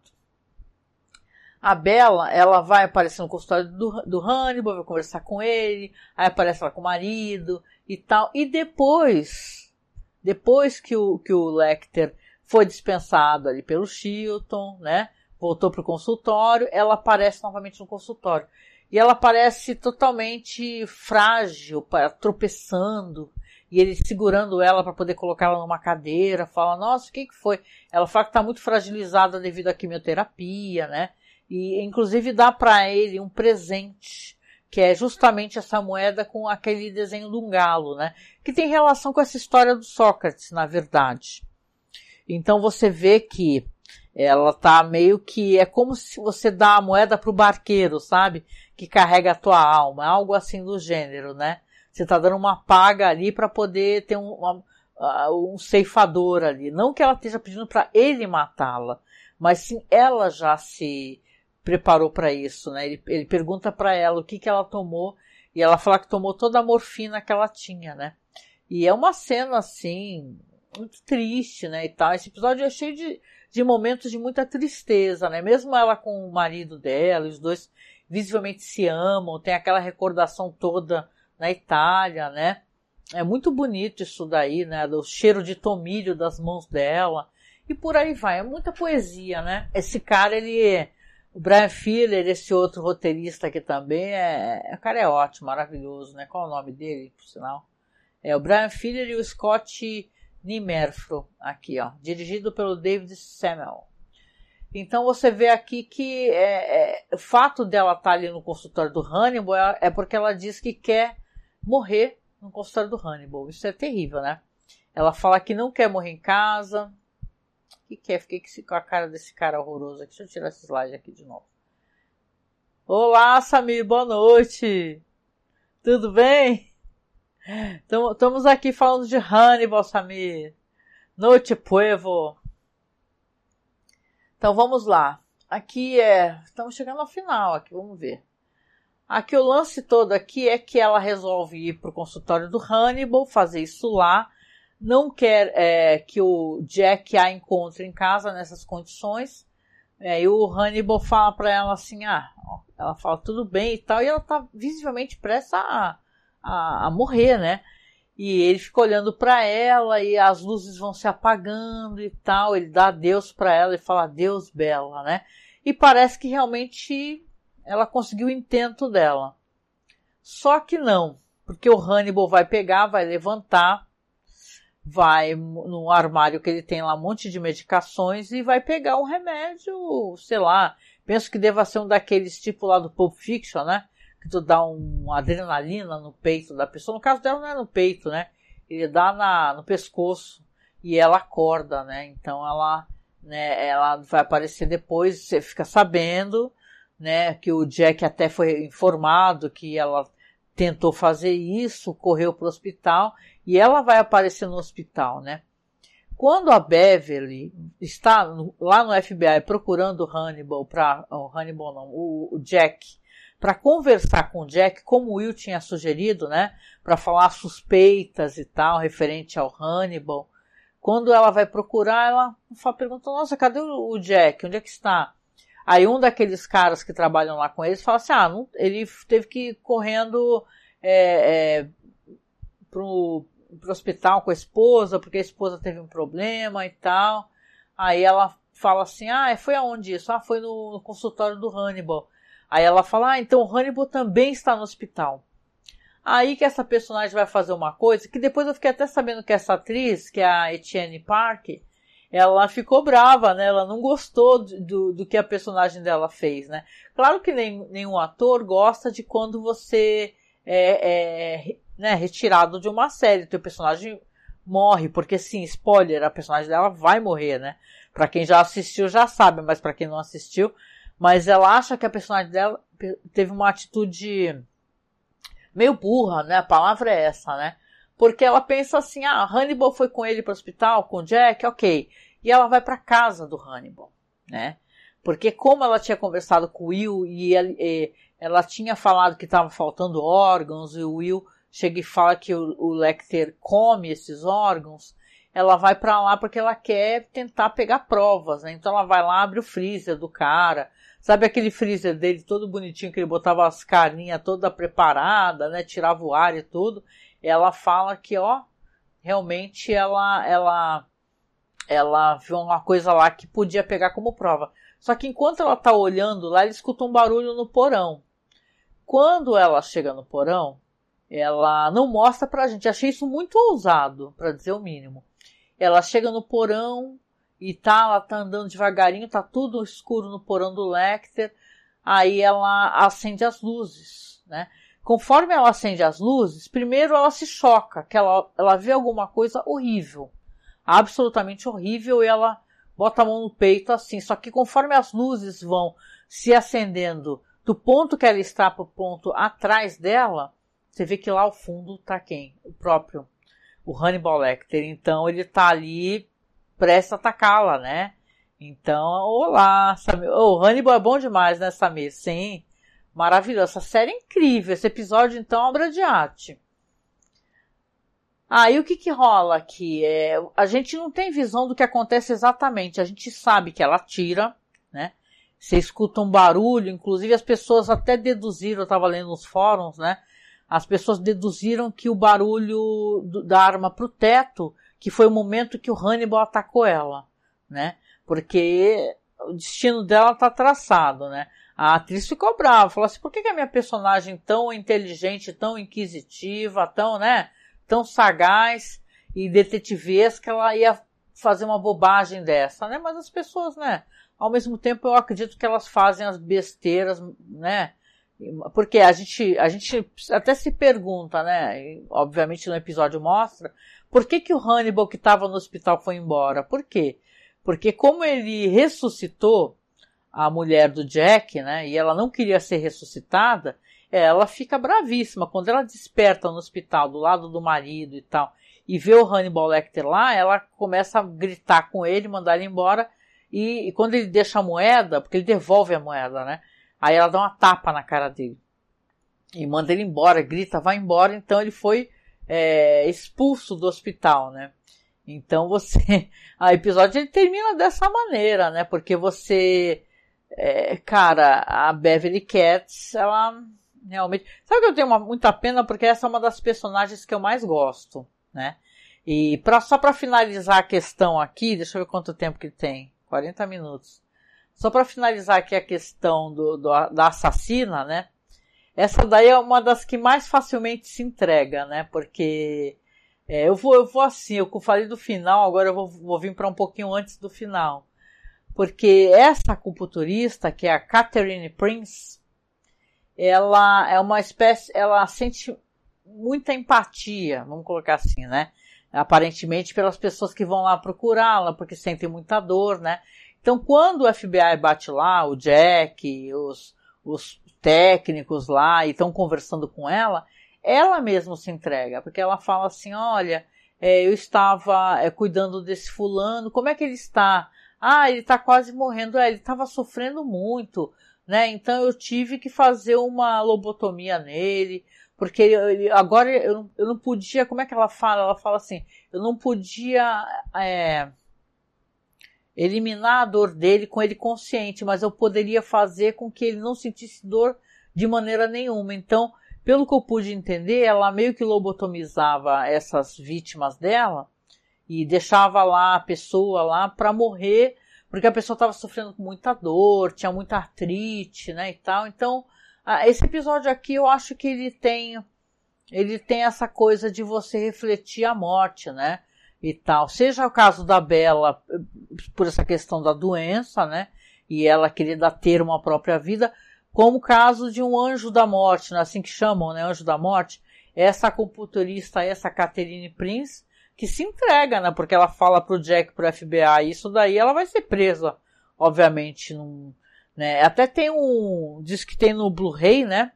A Bella, ela vai aparecer no consultório do, do Hannibal, vai conversar com ele, aí aparece ela com o marido e tal. E depois, depois que o, que o Lecter foi dispensado ali pelo Chilton, né, voltou para o consultório, ela aparece novamente no consultório. E ela parece totalmente frágil, tropeçando, e ele segurando ela para poder colocá-la numa cadeira, fala, nossa, o que que foi? Ela fala que está muito fragilizada devido à quimioterapia, né? E inclusive dá para ele um presente, que é justamente essa moeda com aquele desenho de um galo, né? Que tem relação com essa história do Sócrates, na verdade. Então você vê que ela tá meio que, é como se você dá a moeda pro barqueiro, sabe? Que carrega a tua alma, algo assim do gênero, né? Você tá dando uma paga ali para poder ter um, uma, um ceifador ali. Não que ela esteja pedindo para ele matá-la, mas sim ela já se preparou para isso, né? Ele, ele pergunta para ela o que que ela tomou e ela fala que tomou toda a morfina que ela tinha, né? E é uma cena assim, muito triste, né? E tal. Esse episódio é cheio de de momentos de muita tristeza, né? Mesmo ela com o marido dela, os dois visivelmente se amam, tem aquela recordação toda na Itália, né? É muito bonito isso daí, né? Do cheiro de tomilho das mãos dela e por aí vai. É muita poesia, né? Esse cara, ele, o Brian Fuller, esse outro roteirista aqui também, é, o cara é ótimo, maravilhoso, né? Qual é o nome dele, por sinal? É o Brian Fuller e o Scott Nimerfro, aqui, ó, dirigido pelo David Samuel. Então você vê aqui que é, é, o fato dela estar ali no consultório do Hannibal é, é porque ela diz que quer morrer no consultório do Hannibal. Isso é terrível, né? Ela fala que não quer morrer em casa. O que que é? Fiquei com a cara desse cara horroroso aqui. Deixa eu tirar esse slide aqui de novo. Olá, Samir, boa noite. Tudo bem? Estamos aqui falando de Hannibal, Samir. Noite, povo. Então vamos lá. Aqui é... Estamos chegando ao final aqui, vamos ver. Aqui o lance todo aqui é que ela resolve ir para o consultório do Hannibal, fazer isso lá. Não quer é, que o Jack a encontre em casa nessas condições. É, e o Hannibal fala para ela assim, ah, ó, ela fala tudo bem e tal, e ela tá visivelmente prestes a, a, a morrer, né? E ele fica olhando para ela e as luzes vão se apagando e tal, ele dá adeus para ela e fala adeus, Bela, né? E parece que realmente ela conseguiu o intento dela. Só que não, porque o Hannibal vai pegar, vai levantar, vai no armário que ele tem lá um monte de medicações e vai pegar um remédio, sei lá, penso que deva ser um daqueles tipo lá do Pulp Fiction, né? Que tu dá uma adrenalina no peito da pessoa. No caso dela não é no peito, né? Ele dá na, no pescoço e ela acorda, né? Então ela, né, ela vai aparecer depois, você fica sabendo, né, que o Jack até foi informado que ela tentou fazer isso, correu para o hospital e ela vai aparecer no hospital, né? Quando a Beverly está no, lá no F B I procurando o Hannibal, para o Hannibal não, o, o Jack, para conversar com o Jack, como o Will tinha sugerido, né? Para falar suspeitas e tal, referente ao Hannibal. Quando ela vai procurar, ela pergunta, nossa, cadê o Jack? Onde é que está? Aí um daqueles caras que trabalham lá com eles fala assim, ah, não, ele teve que ir correndo é, é, pro, pro hospital com a esposa, porque a esposa teve um problema e tal. Aí ela fala assim, ah, foi aonde isso? Ah, foi no, no consultório do Hannibal. Aí ela fala, ah, então o Hannibal também está no hospital. Aí que essa personagem vai fazer uma coisa, que depois eu fiquei até sabendo que essa atriz, que é a Etienne Park, ela ficou brava, né? Ela não gostou do, do que a personagem dela fez, né? Claro que nem, nenhum ator gosta de quando você é, é né, retirado de uma série, teu personagem morre, porque sim, spoiler, a personagem dela vai morrer, né? Pra quem já assistiu já sabe, mas pra quem não assistiu, mas ela acha que a personagem dela teve uma atitude meio burra, né? A palavra é essa, né? Porque ela pensa assim, ah, Hannibal foi com ele para o hospital, com o Jack, ok. E ela vai para casa do Hannibal, né? Porque como ela tinha conversado com o Will e ela, e ela tinha falado que estava faltando órgãos, e o Will chega e fala que o, o Lecter come esses órgãos, ela vai para lá porque ela quer tentar pegar provas, né? Então ela vai lá, abre o freezer do cara, sabe aquele freezer dele todo bonitinho que ele botava as carninhas toda preparada, né? Tirava o ar e tudo. Ela fala que, ó, realmente ela, ela, ela viu uma coisa lá que podia pegar como prova. Só que enquanto ela tá olhando lá, ela escuta um barulho no porão. Quando ela chega no porão, ela não mostra pra gente. Achei isso muito ousado, pra dizer o mínimo. Ela chega no porão e tá, ela tá andando devagarinho, tá tudo escuro no porão do Lecter. Aí ela acende as luzes, né? Conforme ela acende as luzes, primeiro ela se choca, que ela, ela vê alguma coisa horrível, absolutamente horrível, e ela bota a mão no peito assim. Só que conforme as luzes vão se acendendo do ponto que ela está para o ponto atrás dela, você vê que lá ao fundo está quem? O próprio, o Hannibal Lecter. Então ele está ali prestes a atacá-la, né? Então, olá, Samir. Oh, o Hannibal é bom demais, né, Samir? Sim. Maravilhoso, essa série é incrível, esse episódio então é obra de arte. Aí ah, o que que rola aqui? É, a gente não tem visão do que acontece exatamente, a gente sabe que ela atira, né? Você escuta um barulho, inclusive as pessoas até deduziram, eu estava lendo nos fóruns, né? As pessoas deduziram que o barulho do, da arma pro teto, que foi o momento que o Hannibal atacou ela, né? Porque o destino dela tá traçado, né? A atriz ficou brava, falou assim, por que que a minha personagem tão inteligente, tão inquisitiva, tão, né, tão sagaz e detetivesca, ela ia fazer uma bobagem dessa, né? Mas as pessoas, né, ao mesmo tempo eu acredito que elas fazem as besteiras, né? Porque a gente, a gente até se pergunta, né, e obviamente no episódio mostra, por que que o Hannibal que estava no hospital foi embora? Por quê? Porque como ele ressuscitou a mulher do Jack, né, e ela não queria ser ressuscitada, ela fica bravíssima. Quando ela desperta no hospital, do lado do marido e tal, e vê o Hannibal Lecter lá, ela começa a gritar com ele, mandar ele embora, e, e quando ele deixa a moeda, porque ele devolve a moeda, né? Aí ela dá uma tapa na cara dele. E manda ele embora, grita, vai embora. Então ele foi é, expulso do hospital, né? Então você... O episódio ele termina dessa maneira, né? Porque você... É, cara, a Beverly Katz, ela realmente... Sabe que eu tenho uma, muita pena? Porque essa é uma das personagens que eu mais gosto, né? E pra, só para finalizar a questão aqui, deixa eu ver quanto tempo que tem. quarenta minutos. Só para finalizar aqui a questão do, do, da assassina, né? Essa daí é uma das que mais facilmente se entrega, né? Porque é, eu, vou, eu vou assim, eu falei do final, agora eu vou, vou vir para um pouquinho antes do final. Porque essa acupunturista, que é a Catherine Prince, ela é uma espécie, ela sente muita empatia, vamos colocar assim, né? Aparentemente pelas pessoas que vão lá procurá-la, porque sentem muita dor, né? Então quando o F B I bate lá, o Jack, os, os técnicos lá, e estão conversando com ela, ela mesma se entrega, porque ela fala assim, olha, é, eu estava é, cuidando desse fulano, como é que ele está? Ah, ele está quase morrendo, é, ele estava sofrendo muito, né? Então eu tive que fazer uma lobotomia nele, porque ele, agora eu não, eu não podia, como é que ela fala? Ela fala assim, eu não podia é, eliminar a dor dele com ele consciente, mas eu poderia fazer com que ele não sentisse dor de maneira nenhuma. Então, pelo que eu pude entender, ela meio que lobotomizava essas vítimas dela e deixava lá a pessoa lá para morrer, porque a pessoa estava sofrendo com muita dor, tinha muita artrite, né, e tal. Então, esse episódio aqui eu acho que ele tem, ele tem essa coisa de você refletir a morte, né, e tal. Seja o caso da Bella, por essa questão da doença, né, e ela querer ter uma própria vida, como o caso de um anjo da morte, né, assim que chamam, né, anjo da morte, essa acupunturista, essa Catherine Prince, que se entrega, né, porque ela fala pro Jack, pro F B I, isso daí ela vai ser presa, obviamente, num, né, até tem um, diz que tem no Blu-ray, né,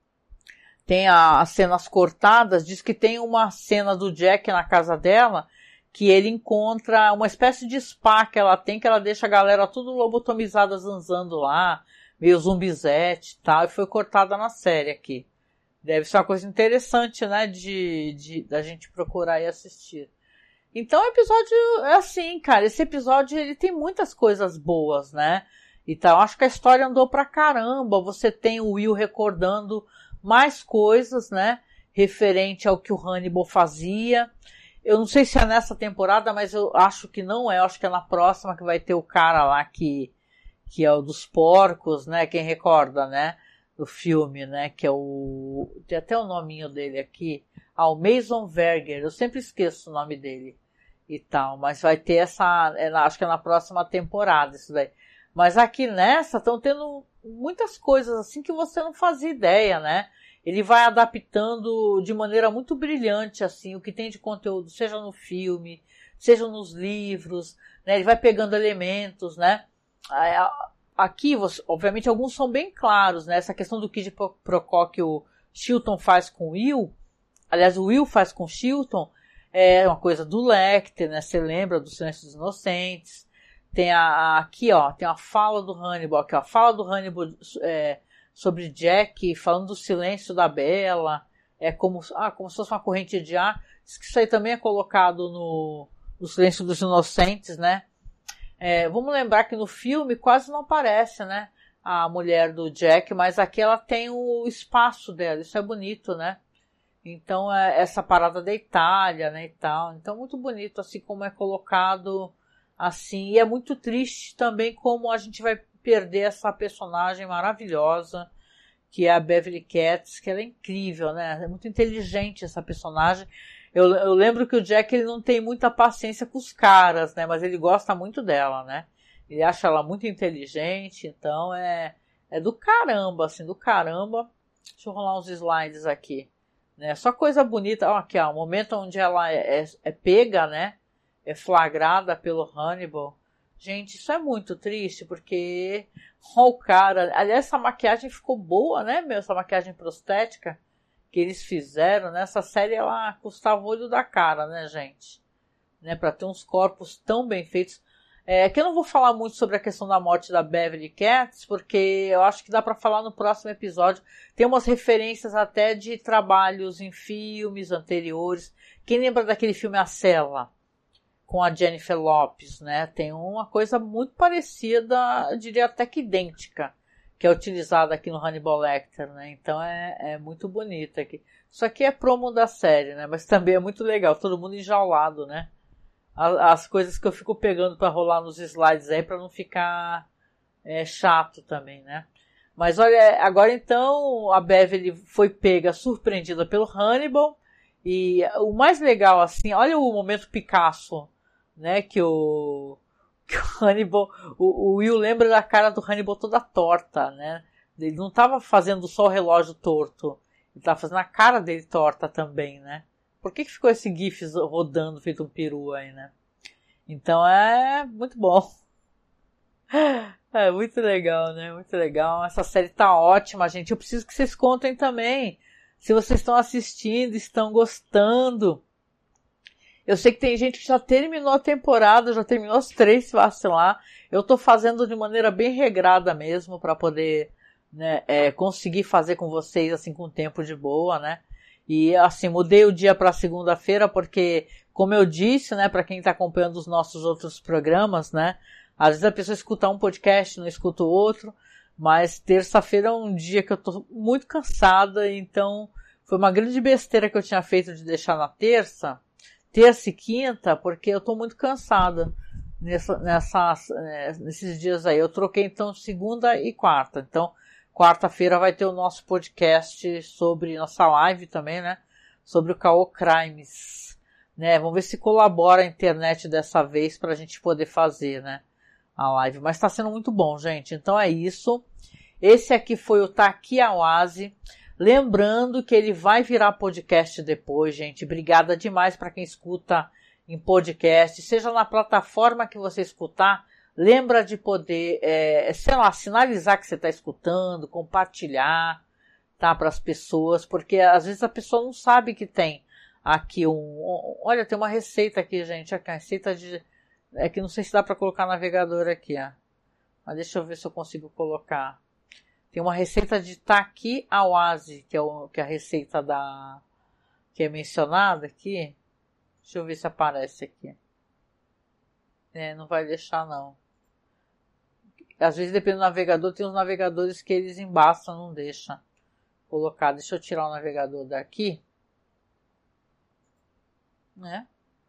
tem a, as cenas cortadas, diz que tem uma cena do Jack na casa dela, que ele encontra uma espécie de spa que ela tem, que ela deixa a galera tudo lobotomizada zanzando lá, meio zumbizete e tal, e foi cortada na série aqui. Deve ser uma coisa interessante, né, de, de, da gente procurar e assistir. Então o episódio é assim, cara, esse episódio ele tem muitas coisas boas, né, então acho que a história andou pra caramba, você tem o Will recordando mais coisas, né, referente ao que o Hannibal fazia. Eu não sei se é nessa temporada, mas eu acho que não é, eu acho que é na próxima que vai ter o cara lá que, que é o dos porcos, né, quem recorda, né, do filme, né, que é o... tem até o nominho dele aqui, ah, o Mason Verger, eu sempre esqueço o nome dele e tal, mas vai ter essa, é, acho que é na próxima temporada isso daí. Mas aqui nessa estão tendo muitas coisas assim que você não fazia ideia, né? Ele vai adaptando de maneira muito brilhante assim o que tem de conteúdo, seja no filme, seja nos livros, né? Ele vai pegando elementos, né? Aqui, você, obviamente, alguns são bem claros, né? Essa questão do quid pro quo que o Chilton faz com o Will, aliás, o Will faz com o Chilton, é uma coisa do Lecter, né? Você lembra do Silêncio dos Inocentes. Tem a, a, aqui, ó, tem a fala do Hannibal, aqui, ó, a fala do Hannibal é, sobre Jack, falando do silêncio da Bella, é como, ah, como se fosse uma corrente de ar. Isso aí também é colocado no, no Silêncio dos Inocentes, né? É, vamos lembrar que no filme quase não aparece, né, a mulher do Jack, mas aqui ela tem o espaço dela, isso é bonito, né? Então, é essa parada da Itália, né, e tal. Então, muito bonito, assim, como é colocado, assim. E é muito triste também como a gente vai perder essa personagem maravilhosa, que é a Beverly Katz, que ela é incrível, né? É muito inteligente essa personagem. Eu, eu lembro que o Jack, ele não tem muita paciência com os caras, né? Mas ele gosta muito dela, né? Ele acha ela muito inteligente, então é, é do caramba, assim, do caramba. Deixa eu rolar uns slides aqui, né? Só coisa bonita. Ó, aqui, ó, o momento onde ela é, é, é pega, né? É flagrada pelo Hannibal. Gente, isso é muito triste, porque ó, o cara... Aliás, essa maquiagem ficou boa, né, meu? Essa maquiagem prostética que eles fizeram, né? Essa série, ela custava o olho da cara, né, gente? Né? Pra ter uns corpos tão bem feitos. É que eu não vou falar muito sobre a questão da morte da Beverly Katz, porque eu acho que dá para falar no próximo episódio. Tem umas referências até de trabalhos em filmes anteriores. Quem lembra daquele filme A Cela, com a Jennifer Lopez, né? Tem uma coisa muito parecida, eu diria até que idêntica, que é utilizada aqui no Hannibal Lecter, né? Então é, é muito bonita aqui. Isso aqui é promo da série, né? Mas também é muito legal, todo mundo enjaulado, né? As coisas que eu fico pegando para rolar nos slides aí para não ficar é, chato também, né? Mas olha, agora então a Beverly foi pega, surpreendida pelo Hannibal, e o mais legal assim, olha o momento Picasso, né? Que o, que o Hannibal, o, o Will lembra da cara do Hannibal toda torta, né? Ele não estava fazendo só o relógio torto, ele estava fazendo a cara dele torta também, né? Por que que ficou esse gif rodando feito um peru aí, né? Então é muito bom. É muito legal, né? Muito legal. Essa série tá ótima, gente. Eu preciso que vocês contem também. Se vocês estão assistindo, estão gostando. Eu sei que tem gente que já terminou a temporada, já terminou as três, se vacilar. Eu tô fazendo de maneira bem regrada mesmo, para poder, né, é, conseguir fazer com vocês, assim, com tempo de boa, né? E, assim, mudei o dia para segunda-feira porque, como eu disse, né, para quem está acompanhando os nossos outros programas, né, às vezes a pessoa escuta um podcast, não escuta o outro, mas terça-feira é um dia que eu tô muito cansada, então foi uma grande besteira que eu tinha feito de deixar na terça, terça e quinta, porque eu tô muito cansada nessa, nessas, nesses dias aí. Eu troquei, então, segunda e quarta, então... Quarta-feira vai ter o nosso podcast sobre, nossa live também, né? Sobre o Caô Crimes, né? Vamos ver se colabora a internet dessa vez pra gente poder fazer, né? A live. Mas tá sendo muito bom, gente. Então é isso. Esse aqui foi o Taki Awase. Lembrando que ele vai virar podcast depois, gente. Obrigada demais pra quem escuta em podcast. Seja na plataforma que você escutar, lembra de poder, é, sei lá, sinalizar que você está escutando, compartilhar, tá, para as pessoas, porque às vezes a pessoa não sabe que tem aqui um, olha, tem uma receita aqui, gente, aqui, a receita de, é que não sei se dá para colocar navegador aqui, ó, mas deixa eu ver se eu consigo colocar. Tem uma receita de Taki Awase, que é, o, que é a receita da, que é mencionada aqui, deixa eu ver se aparece aqui. É, não vai deixar não. Às vezes, dependendo do navegador, tem uns navegadores que eles embaçam, não deixam colocar. Deixa eu tirar o navegador daqui. Né?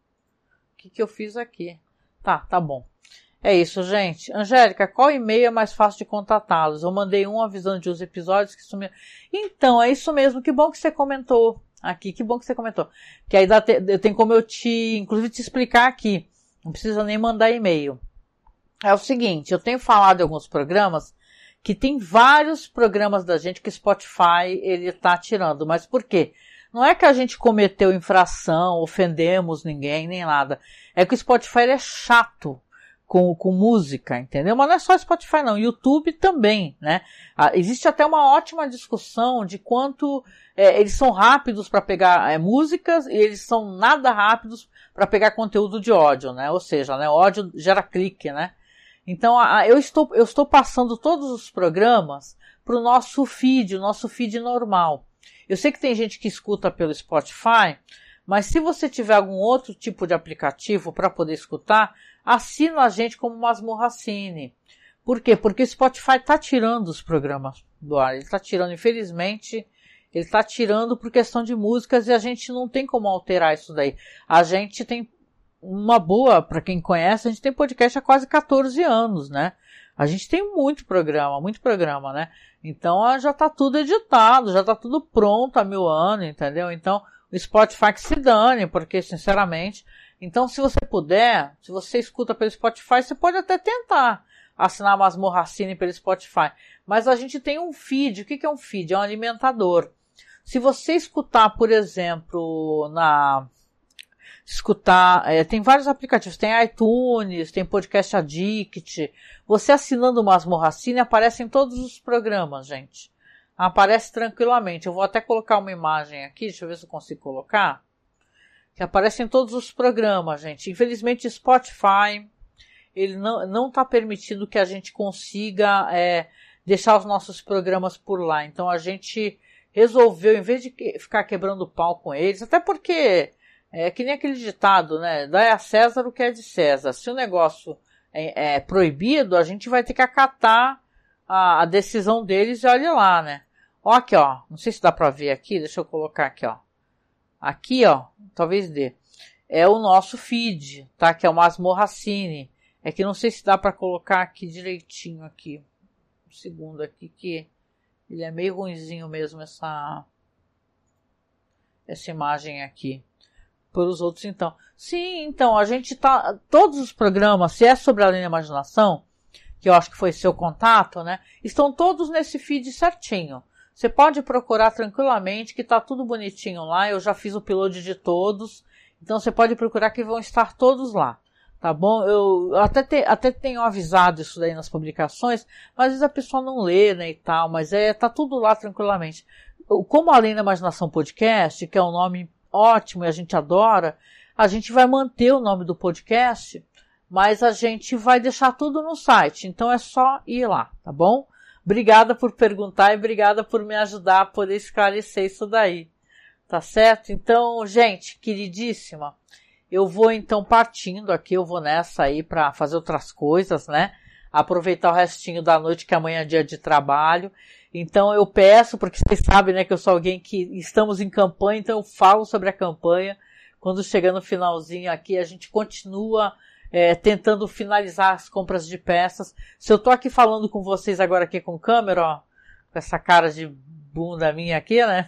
O que que eu fiz aqui? Tá, tá bom. É isso, gente. Angélica, qual e-mail é mais fácil de contatá-los? Eu mandei um avisando de os episódios que sumiram. Então, é isso mesmo. Que bom que você comentou aqui. Que bom que você comentou. Que aí dá te... eu tenho como eu te, inclusive, te explicar aqui. Não precisa nem mandar e-mail. É o seguinte, eu tenho falado em alguns programas que tem vários programas da gente que o Spotify ele tá tirando. Mas por quê? Não é que a gente cometeu infração, ofendemos ninguém, nem nada. É que o Spotify ele é chato com, com música, entendeu? Mas não é só Spotify não, YouTube também, né? Ah, existe até uma ótima discussão de quanto é, eles são rápidos para pegar é, músicas e eles são nada rápidos para pegar conteúdo de áudio, né? Ou seja, né, áudio gera clique, né? Então, eu estou, eu estou passando todos os programas para o nosso feed, o nosso feed normal. Eu sei que tem gente que escuta pelo Spotify, mas se você tiver algum outro tipo de aplicativo para poder escutar, assina a gente como Masmorra Cine. Por quê? Porque o Spotify está tirando os programas do ar. Ele está tirando, infelizmente, ele está tirando por questão de músicas e a gente não tem como alterar isso daí. A gente tem uma boa, para quem conhece, a gente tem podcast há quase quatorze anos, né? A gente tem muito programa, muito programa, né? Então já tá tudo editado, já tá tudo pronto há mil anos, entendeu? Então o Spotify que se dane, porque sinceramente, então se você puder, se você escuta pelo Spotify, você pode até tentar assinar a Masmorra Cine pelo Spotify. Mas a gente tem um feed. O que é um feed? É um alimentador. Se você escutar, por exemplo, na... escutar, é, tem vários aplicativos, tem iTunes, tem Podcast Addict, você assinando o Masmorra Cine aparece em todos os programas, gente. Aparece tranquilamente. Eu vou até colocar uma imagem aqui, deixa eu ver se eu consigo colocar, que aparece em todos os programas, gente. Infelizmente Spotify, ele não não está permitindo que a gente consiga é, deixar os nossos programas por lá. Então a gente resolveu, em vez de ficar quebrando pau com eles, até porque é que nem aquele ditado, né? Dá a César o que é de César. Se o negócio é, é proibido, a gente vai ter que acatar a, a decisão deles e olha lá, né? Ó aqui, ó. Não sei se dá pra ver aqui, deixa eu colocar aqui, ó. Aqui, ó, talvez dê. É o nosso feed, tá? Que é o Masmorra Cine. É que não sei se dá pra colocar aqui direitinho aqui. Um segundo aqui que ele é meio ruinzinho mesmo essa essa imagem aqui. Por os outros, então. Sim, então, a gente tá... Todos os programas, se é sobre a linha imaginação, que eu acho que foi seu contato, né? Estão todos nesse feed certinho. Você pode procurar tranquilamente, que tá tudo bonitinho lá. Eu já fiz o upload de todos. Então, você pode procurar que vão estar todos lá. Tá bom? Eu até, te, até tenho avisado isso daí nas publicações, mas às vezes a pessoa não lê, né, e tal. Mas é, tá tudo lá tranquilamente. Como Além da Imaginação Podcast, que é um nome ótimo e a gente adora, a gente vai manter o nome do podcast, mas a gente vai deixar tudo no site, então é só ir lá, tá bom? Obrigada por perguntar e obrigada por me ajudar a poder esclarecer isso daí, tá certo? Então, gente, queridíssima, eu vou então partindo aqui, eu vou nessa aí para fazer outras coisas, né? Aproveitar o restinho da noite, que amanhã é dia de trabalho. Então eu peço, porque vocês sabem, né, que eu sou alguém que estamos em campanha, então eu falo sobre a campanha. Quando chega no finalzinho aqui, a gente continua é, tentando finalizar as compras de peças. Se eu tô aqui falando com vocês agora aqui com câmera, ó, com essa cara de bunda minha aqui, né,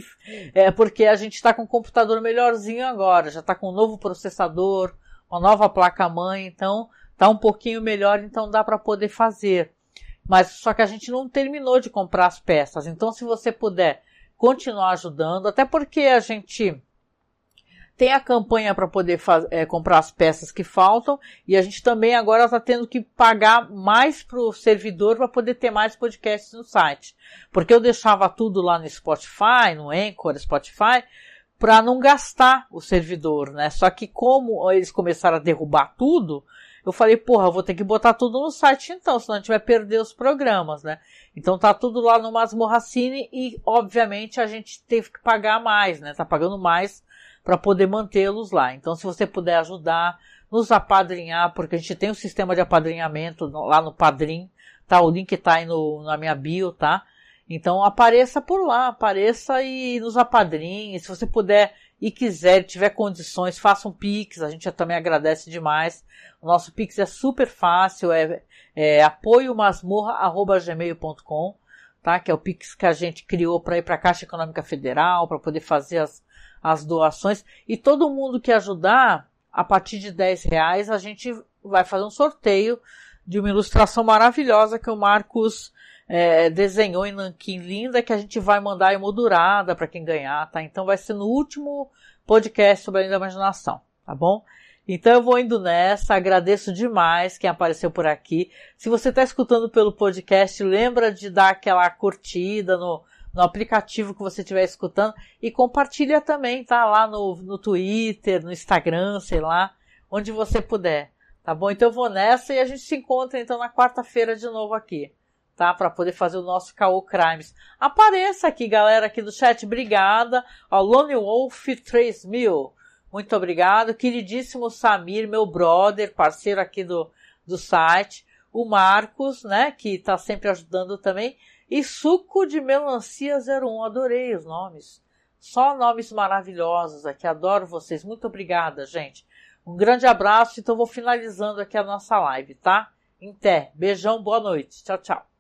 é porque a gente tá com um computador melhorzinho agora, já tá com um novo processador, uma nova placa-mãe, então tá um pouquinho melhor, então dá para poder fazer. Mas só que a gente não terminou de comprar as peças. Então, se você puder continuar ajudando, até porque a gente tem a campanha para poder faz, é, comprar as peças que faltam, e a gente também agora está tendo que pagar mais para o servidor para poder ter mais podcasts no site. Porque eu deixava tudo lá no Spotify, no Anchor, Spotify, para não gastar o servidor, né? Só que como eles começaram a derrubar tudo, eu falei, porra, eu vou ter que botar tudo no site então, senão a gente vai perder os programas, né? Então tá tudo lá no Masmorra Cine e, obviamente, a gente teve que pagar mais, né? Tá pagando mais para poder mantê-los lá. Então, se você puder ajudar, nos apadrinhar, porque a gente tem um sistema de apadrinhamento lá no Padrim, tá? O link tá aí no, na minha bio, tá? Então, apareça por lá, apareça e nos apadrinhe. Se você puder e quiser, tiver condições, faça um Pix, a gente também agradece demais. O nosso Pix é super fácil, é, é apoio masmorra arroba gmail ponto com, tá? Que é o Pix que a gente criou para ir para a Caixa Econômica Federal, para poder fazer as, as doações. E todo mundo que ajudar, a partir de dez reais, a gente vai fazer um sorteio de uma ilustração maravilhosa que o Marcos é, desenhou em nanquim linda, que a gente vai mandar emoldurada para quem ganhar, tá? Então vai ser no último podcast sobre a Além da Imaginação, tá bom? Então eu vou indo nessa, agradeço demais quem apareceu por aqui. Se você está escutando pelo podcast, lembra de dar aquela curtida no, no aplicativo que você estiver escutando e compartilha também, tá? Lá no, no Twitter, no Instagram, sei lá, onde você puder, tá bom? Então eu vou nessa e a gente se encontra então na quarta-feira de novo aqui, tá? Para poder fazer o nosso Caô Crimes. Apareça aqui, galera, aqui do chat, obrigada. Ó, Lone Wolf três mil. Muito obrigado. Queridíssimo Samir, meu brother, parceiro aqui do, do site. O Marcos, né, que tá sempre ajudando também. E Suco de Melancia zero um. Adorei os nomes. Só nomes maravilhosos aqui. Adoro vocês. Muito obrigada, gente. Um grande abraço. Então vou finalizando aqui a nossa live, tá? Em té. Beijão, boa noite. Tchau, tchau.